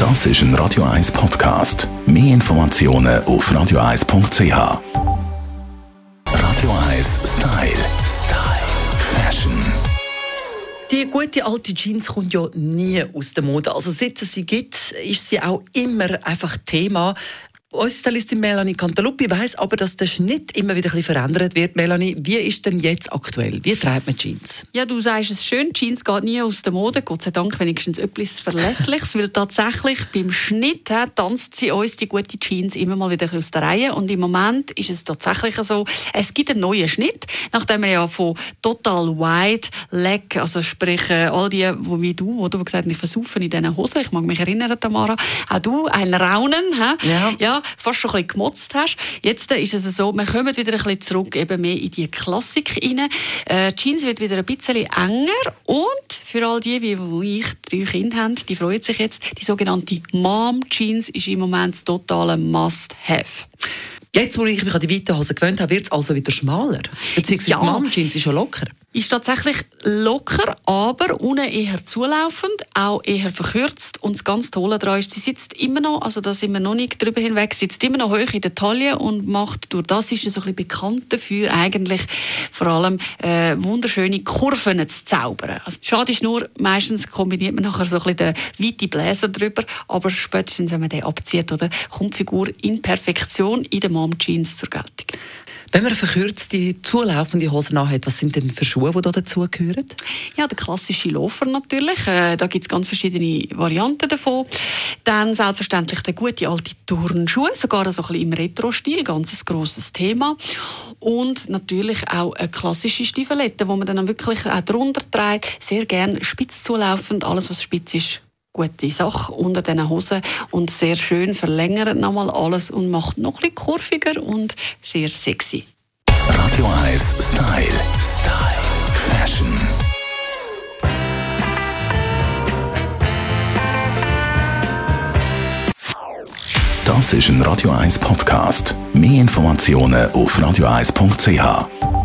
Das ist ein Radio 1 Podcast. Mehr Informationen auf radio1.ch. Radio 1 Style. Fashion. Die gute alte Jeans kommt ja nie aus der Mode. Also seit es sie gibt, ist sie auch immer einfach Thema. Unsere Stylistin Melanie Cantaluppi weiss aber, dass der Schnitt immer wieder ein bisschen verändert wird. Melanie, wie ist denn jetzt aktuell? Wie trägt man Jeans? Ja, du sagst es schön, Jeans geht nie aus der Mode. Gott sei Dank wenigstens etwas Verlässliches, weil tatsächlich beim Schnitt tanzt sie uns die gute Jeans immer mal wieder aus der Reihe. Und im Moment ist es tatsächlich so, es gibt einen neuen Schnitt, nachdem wir ja von total wide leg, also sprich all die, wie du gesagt hast, ich versaufen in diesen Hosen, ich mag mich erinnern, Tamara, auch du, ein Raunen, ja, fast schon ein bisschen gemotzt hast. Jetzt ist es so, wir kommen wieder ein bisschen zurück eben mehr in die Klassik rein. Die Jeans wird wieder ein bisschen enger und für all die, wie ich 3 Kinder haben, die freuen sich jetzt. Die sogenannte Mom-Jeans ist im Moment das totale Must-Have. Jetzt, wo ich mich an die weiten Hosen gewöhnt habe, wird es also wieder schmaler. Beziehungsweise ja. Mom-Jeans ist schon locker. Ist tatsächlich locker, aber unten eher zulaufend, auch eher verkürzt. Und das ganz Tolle daran ist, sie sitzt immer noch, also da sind wir noch nicht drüber hinweg, sitzt immer noch hoch in der Taille und macht, durch das ist sie so ein bisschen bekannt dafür, eigentlich vor allem wunderschöne Kurven zu zaubern. Also, schade ist nur, meistens kombiniert man nachher so ein bisschen den weiten Bläser drüber, aber spätestens, wenn man den abzieht, oder, kommt die Figur in Perfektion in den Mom-Jeans zur Geltung. Wenn man eine verkürzte, zulaufende Hose anhat, was sind denn für Schuhe, die dazugehören? Ja, der klassische Loafer natürlich. Da gibt es ganz verschiedene Varianten davon. Dann selbstverständlich der gute alte Turnschuh, sogar so ein bisschen im Retro-Stil, ganz ein grosses Thema. Und natürlich auch eine klassische Stiefelette, wo man dann wirklich auch drunter trägt. Sehr gerne spitz zulaufend, alles was spitz ist. Gute Sache unter diesen Hosen und sehr schön verlängert nochmal alles und macht noch ein bisschen kurviger und sehr sexy. Radio 1 Style. Fashion. Das ist ein Radio 1 Podcast. Mehr Informationen auf radio1.ch.